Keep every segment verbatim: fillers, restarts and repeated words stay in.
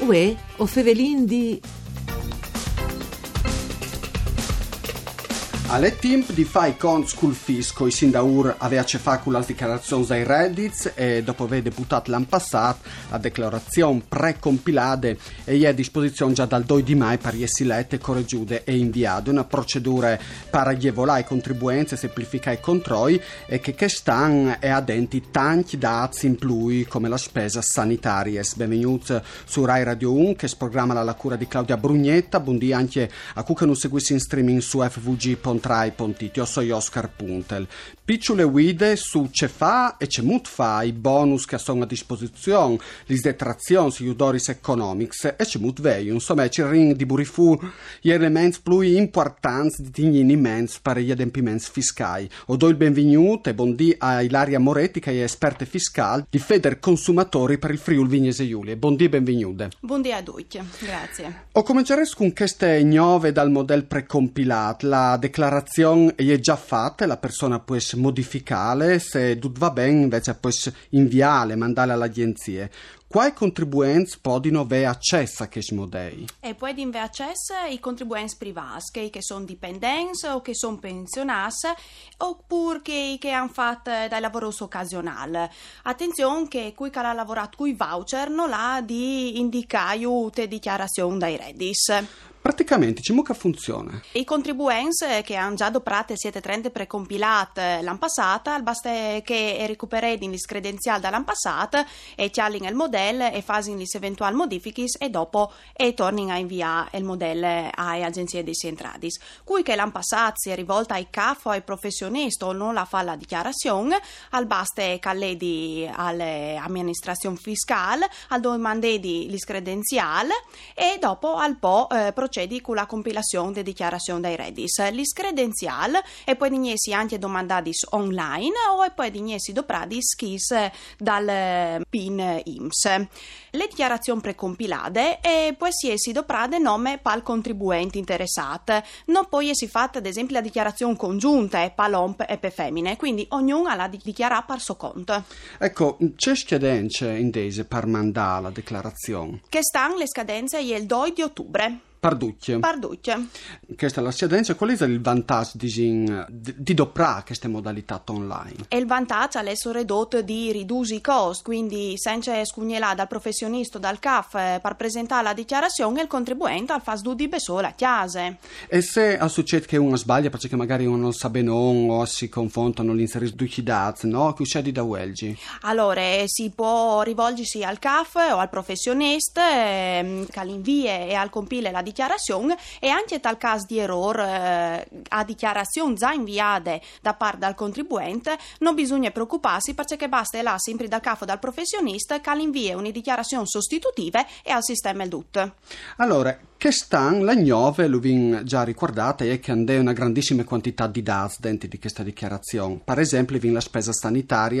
Uè, o Fevelin di... Alle temp di fai con school fisco i Sindaur aveva fatto le dichiarazioni dai redditi e dopo aver deputato l'anno passato la dichiarazione precompilata e è a disposizione già dal due di maggio per essere lette, correggiute e inviate. Una procedura per agevolare i contribuenti e semplificare i controlli e che quest'anno è adenti tanti dati in più come la spesa sanitaria. Benvenuti su Rai Radio uno che programma la cura di Claudia Brugnetta. Buondì anche a cui che non seguissi in streaming su f v g punto rai punto it. Io sono Oscar Puntel. Picciole guide su ce fa e ce mut fa i bonus che sono a disposizione, le detrazioni sugli udoris economics e ce mut veio. Insomma, ci ring di burifu gli elementi più importanti di tinimenti per gli adempimenti fiscali. O do il benvenuto e buondì a Ilaria Moretti che è esperta fiscale di Feder Consumatori per il Friuli Vignese Giulia. Buondì e benvenute. Buondì a tutti, grazie. O comincerei con queste nuove dal modello precompilato. La declarazione è già fatta, la persona può modificare, se tutto va bene invece può inviare, mandare alle agenzie. Quali contribuenti possono avere accesso a questi modelli? E poi avere accesso ai contribuenti privati, che, che sono dipendenti o che sono pensionati, oppure che, che hanno fatto dai lavori occasionali. Attenzione che chi ha lavorato con i voucher non ha di indicare le dichiarazioni dai redditi. Praticamente, come funziona? I contribuenti che hanno già adoprato siete trenta precompilate l'anno passato, basta che recuperino le credenziali dall'anno passato e chiallino il modello e fanno le eventuali modifiche e dopo e tornino a inviare il modello alle agenzie di centrali. Cui che l'anno passato si è rivolta ai C A F o ai professionisti o non la fa la dichiarazione, al basta che lei all'amministrazione fiscale, al domande di le credenziali e dopo al po' eh, procede con la compilazione delle dichiarazioni dei redditi, le credenziali e poi di niesi anche domandati online o poi di niesi doprati schis dal P I N I M S. Le dichiarazioni precompilate e poi si essi doprate nome pal contribuente interessato. Non poi si fatta ad esempio la dichiarazione congiunta pal O M P e per femmine, quindi ognuno ha la di dichiarare per suo conto. Ecco, c'è scadenza in dese per mandare la dichiarazione? Che stanno le scadenze il due di ottobre. Parducce. Parducce. Questa è la scadenza. Qual è il vantaggio di, di doprare queste modalità online? E il vantaggio è essere ridotto di ridurre i costi, quindi senza scugnelare dal professionista dal C A F per presentare la dichiarazione il contribuente al fas di sola chiase. E se succede che uno sbaglia perché magari uno non sa bene o si confondono l'inserisce due dati, no? Che succede da Welgi? Allora si può rivolgersi al C A F o al professionista eh, che l'invia e al compile la dichiarazione e anche tal caso di errore eh, a dichiarazione già inviate da parte del contribuente non bisogna preoccuparsi perché basta là sempre dal capo dal professionista che l'invia una dichiarazione sostitutiva e al sistema il tutto. Allora, che stanno le nuove, lo vi già ricordate, è che hanno una grandissima quantità di dati dentro di questa dichiarazione. Per esempio, vi la spesa sanitaria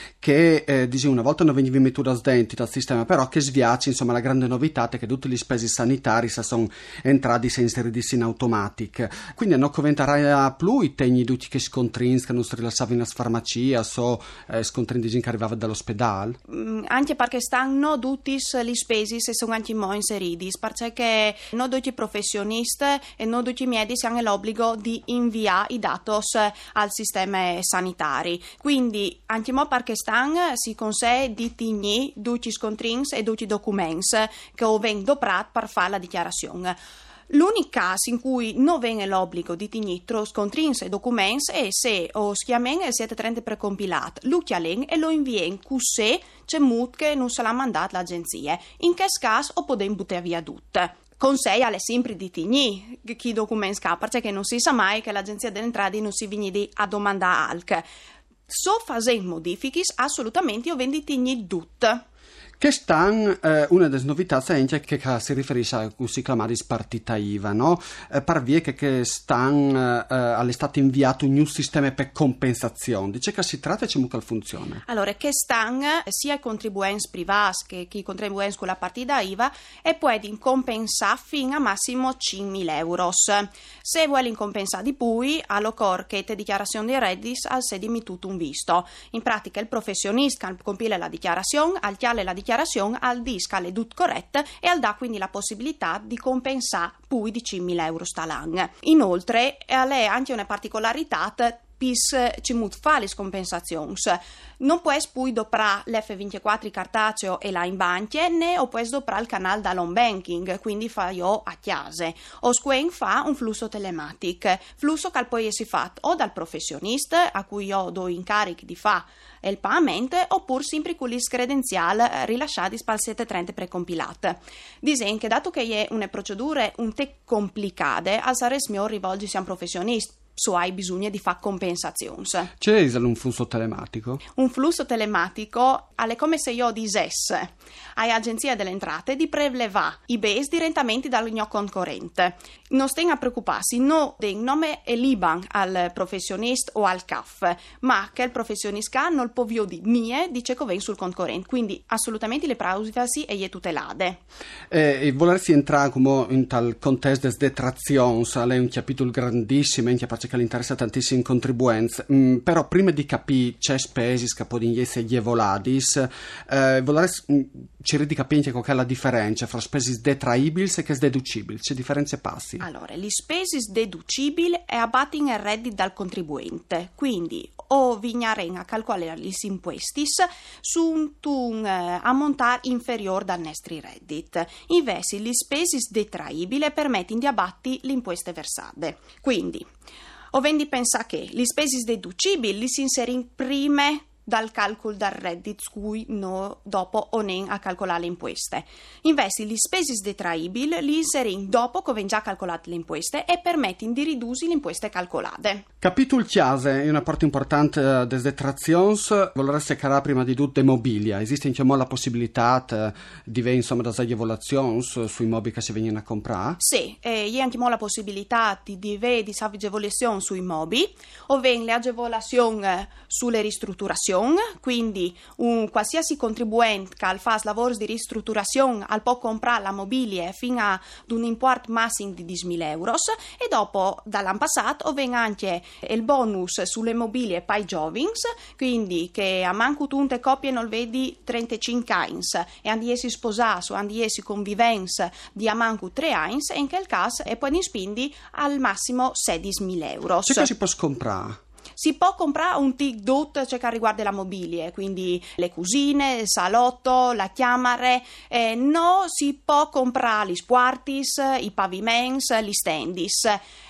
che eh, dice una volta non veniva mettuta dentro dal sistema, però che sviaci, insomma, la grande novità è che tutte le spese sanitarie sono entrati e inseriti in automatic. Quindi non diventerà più i tegni tutti che scontrini che non si rilassavano in farmacia o eh, scontrini che arrivavano dall'ospedale? Mm, anche perché stanno tutti le spese se sono anche mo inseriti, perché non tutti i professionisti e non tutti i medici hanno l'obbligo di inviare i dati al sistema sanitario. Quindi anche mo perché stanno si consente di tigni tutti i scontrini e tutti i documenti che vengono doprati per fare la dichiarazione. L'unico caso in cui non viene l'obbligo di tignitro scontrins e documenti è se o schiamen e siete trenta precompilati, lo chialen e lo invien cu se c'è mut che non se l'ha mandato l'agenzia. In che caso o podem buttare via tutte. Con sé alle sempre di tigni chi documenti scappa, perché non si sa mai che l'agenzia delle entrate non si vigni a domandare alc. So fase modifiche assolutamente io vendi tigni tutte. Che stanno, eh, una delle novità è anche che, che si riferisce a così chiamati partita I V A, no? Eh, per via che, che stanno, eh, all'estate inviato un nuovo sistema per compensazione. Dice che si tratta e c'è come funziona? Allora, che stanno sia i contribuenti privati che i contribuenti con la partita I V A e poi compensare fino a massimo cinquemila euro. Se vuoi compensare di più, all'occorre che te dichiarazione di redditi al sedimi tutto un visto. In pratica il professionista compila la dichiarazione, al chiale la dichiarazione dichiarazione al disca alle tut corrette e al dà quindi la possibilità di compensare più di cinquemila euro all'anno. Inoltre, è anche una particolarità pis ci mut fa le compensazions. Non puoi poi doprà l'F ventiquattro cartaceo e la in banche, né o puoi doprà il canale dall'home banking, quindi fa io a chiase. O squen fa un flusso telematic, flusso che poi si fa o dal professionista, a cui io do incarico di fa il pagamento, oppure sempre con le credenziali rilasciate spal settecentotrenta precompilate. Disen che dato che è una procedura un te complicate, al sares mio rivolgersi a un professionista, so hai bisogno di fare compensazioni. C'è un flusso telematico? Un flusso telematico è come se io dicesse all'Agenzia delle Entrate di prelevare i beni direttamente dal mio concorrente. Non stiamo a preoccuparsi, no del nome e l'I B A N al professionista o al C A F, ma che il professionista non può vio di mie dice che viene sul concorrente, quindi assolutamente le privacy e le tutelate. Eh, e volersi entrare come in tal contesto des detrazions, è un capitolo grandissimo, anche perché che interessa tantissimi contribuenti, mm, però prima di capire c'è spesi che possono essere agevoladis, eh, volersi mm, cercare di capire qual è la differenza fra spesi detraibili e che deducibili, c'è differenze passi? Allora, gli spesi deducibili è abbatting il reddito dal contribuente, quindi o vignaren a calcolare gli imposti su un eh, ammontare inferiore dal nostro reddito. Invece, gli spesi detraibili permettono di abbatti le imposte versate. Quindi, o vendi pensa che gli spesi deducibili li si inseriscono prima dal calcolo del reddito, cui no, dopo o non a calcolare le imposte. Invece, gli spesi detraibili li inseriscono dopo che vengono già calcolate le imposte e permettono di ridurre le imposte calcolate. Capitolo chiave è una parte importante delle detrazioni, voler seccare prima di tutto immobilia. Esiste anche la possibilità di avere insomma delle agevolazioni sui mobili che si vengono a comprare? Sì, e c'è anche la possibilità di avere di agevolazioni sui mobili, o le agevolazioni sulle ristrutturazioni. Quindi un qualsiasi contribuente che al fa lavori di ristrutturazione al può comprare la mobilie fino ad un importo massimo di diecimila euro e dopo dall'anno passato o venga anche il bonus sulle mobilie pai giovings, quindi che a manco tutte coppie non vedi trentacinque anni e andiesi sposato o andiesi convivenza di a manco tre anni e in quel caso e poi spindi al massimo sedicimila euro. C'è che si può comprare? Si può comprare un tic dot cioè che riguarda la mobilie, quindi le cucine, il salotto, la camera, eh, no si può comprare gli squartis, i paviments, gli standis.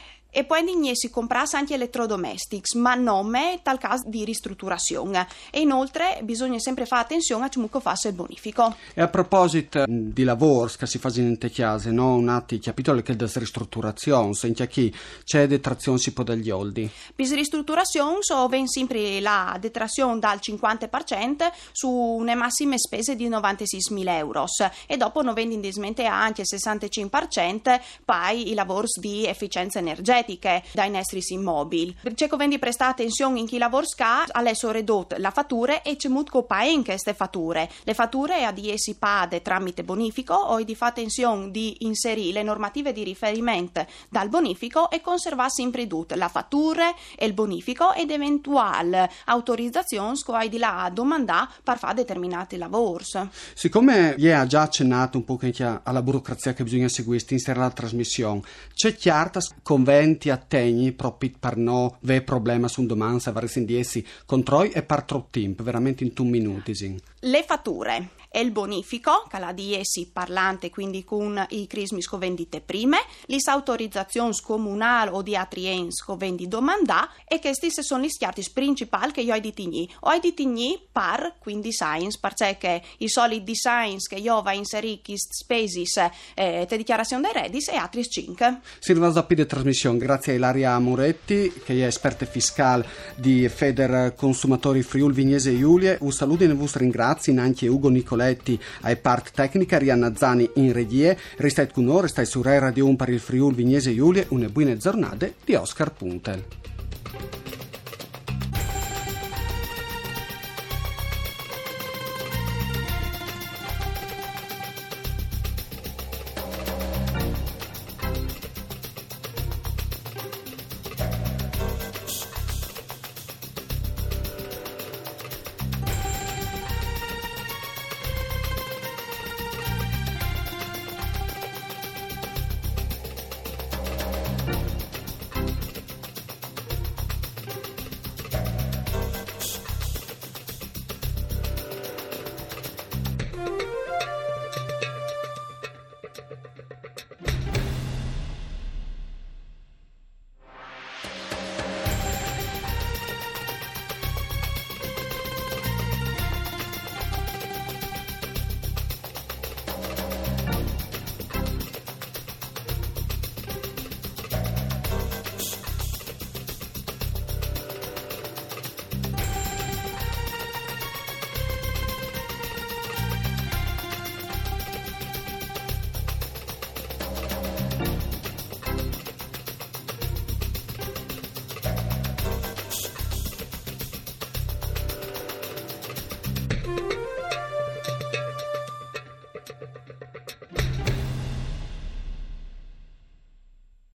E poi ne si comprassa anche elettrodomestics, ma non è tal caso di ristrutturazione. E inoltre bisogna sempre fare attenzione a come faccia il bonifico. E a proposito di lavori che si fanno in chiese, no? Un attimo capitolo che è di ristrutturazione, senti a chi c'è detrazione si può dagli oldi? Per ristrutturazione so ven sempre la detrazione dal cinquanta per cento su une massime spese di novantaseimila euro e dopo non vendi in dismente anche il sessantacinque per cento poi i lavori di efficienza energetica dai nostri immobili. C'è che vendi prestare attenzione in chi lavora sca alle so ridotte la fattura e c'è molto pae in queste fatture. Le fatture a di essi pade tramite bonifico o di fa attenzione di inserire le normative di riferimento dal bonifico e conservare sempre tutte la fattura e il bonifico ed eventuali autorizzazioni che hai di là a domandare per fare determinati lavori. Siccome gli ha già accennato un po' alla burocrazia che bisogna seguire inserire la trasmissione, c'è chiarta conventi a tegni proprio per non avere problema su un domani se avresti in essi controlli e per troppo tempo, veramente in due minuti. Sì. Le fatture e il bonifico, che la di essi parlante quindi con i crismi scovendite prime, le autorizzazioni comunali o di altri enti scovendi domanda e questi sono gli schiarti principali che io ho di tigni. Ho di tigni par quindi science, perché i soliti designs che io va a inserire chi spesi eh, te dichiarazione dei redditi e altri cinque. Si rivasa di trasmissione grazie a Ilaria Moretti che è esperta fiscale di Feder Consumatori Friuli Vignese Giulie. Un saluto e un vostro ringrazio anche Ugo Nicoletti ai part tecnica, Rianna Zani in regie. Restate con noi, restate su Rai Radio uno per il Friuli Vignese Giulie. Una buona giornata di Oscar Puntel.